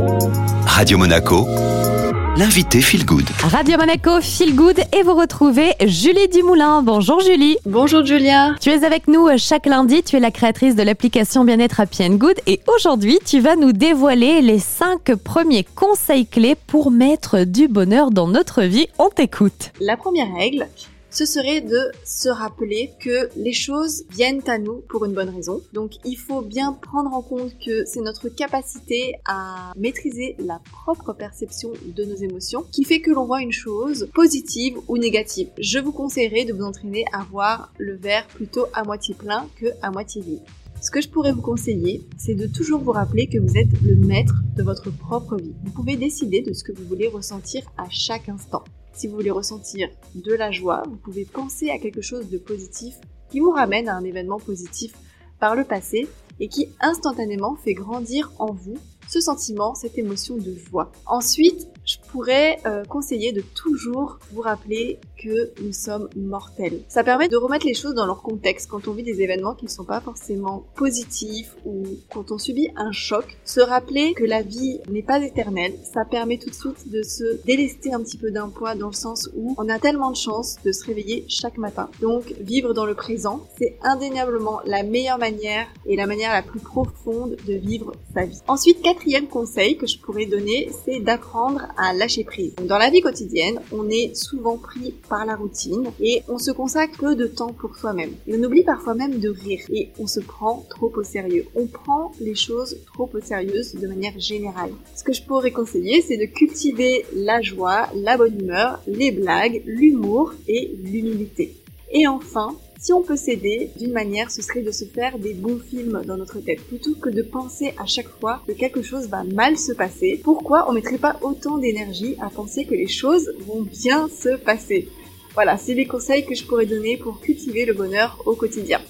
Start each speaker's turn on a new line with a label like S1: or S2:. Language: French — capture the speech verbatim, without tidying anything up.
S1: Radio Monaco, l'invité Feel Good.
S2: Radio Monaco Feel Good et vous retrouvez Julie Dumoulin. Bonjour Julie.
S3: Bonjour Julia.
S2: Tu es avec nous chaque lundi, tu es la créatrice de l'application Bien-être Happy and Good et aujourd'hui tu vas nous dévoiler les cinq premiers conseils clés pour mettre du bonheur dans notre vie. On t'écoute.
S3: La première règle, ce serait de se rappeler que les choses viennent à nous pour une bonne raison. Donc il faut bien prendre en compte que c'est notre capacité à maîtriser la propre perception de nos émotions qui fait que l'on voit une chose positive ou négative. Je vous conseillerais de vous entraîner à voir le verre plutôt à moitié plein que à moitié vide. Ce que je pourrais vous conseiller, c'est de toujours vous rappeler que vous êtes le maître de votre propre vie. Vous pouvez décider de ce que vous voulez ressentir à chaque instant. Si vous voulez ressentir de la joie, vous pouvez penser à quelque chose de positif qui vous ramène à un événement positif par le passé et qui instantanément fait grandir en vous ce sentiment, cette émotion de joie. Ensuite, je pourrais euh, conseiller de toujours vous rappeler que nous sommes mortels. Ça permet de remettre les choses dans leur contexte quand on vit des événements qui ne sont pas forcément positifs ou quand on subit un choc. Se rappeler que la vie n'est pas éternelle, ça permet tout de suite de se délester un petit peu d'un poids dans le sens où on a tellement de chance de se réveiller chaque matin. Donc vivre dans le présent, c'est indéniablement la meilleure manière et la manière la plus profonde de vivre sa vie. Ensuite, quatrième conseil que je pourrais donner, c'est d'apprendre à lâcher prise. Dans la vie quotidienne, on est souvent pris par la routine et on se consacre peu de temps pour soi-même. Et on oublie parfois même de rire et on se prend trop au sérieux. On prend les choses trop au sérieux de manière générale. Ce que je pourrais conseiller, c'est de cultiver la joie, la bonne humeur, les blagues, l'humour et l'humilité. Et enfin, si on peut s'aider d'une manière, ce serait de se faire des bons films dans notre tête, plutôt que de penser à chaque fois que quelque chose va mal se passer. Pourquoi on mettrait pas autant d'énergie à penser que les choses vont bien se passer ? Voilà, c'est les conseils que je pourrais donner pour cultiver le bonheur au quotidien.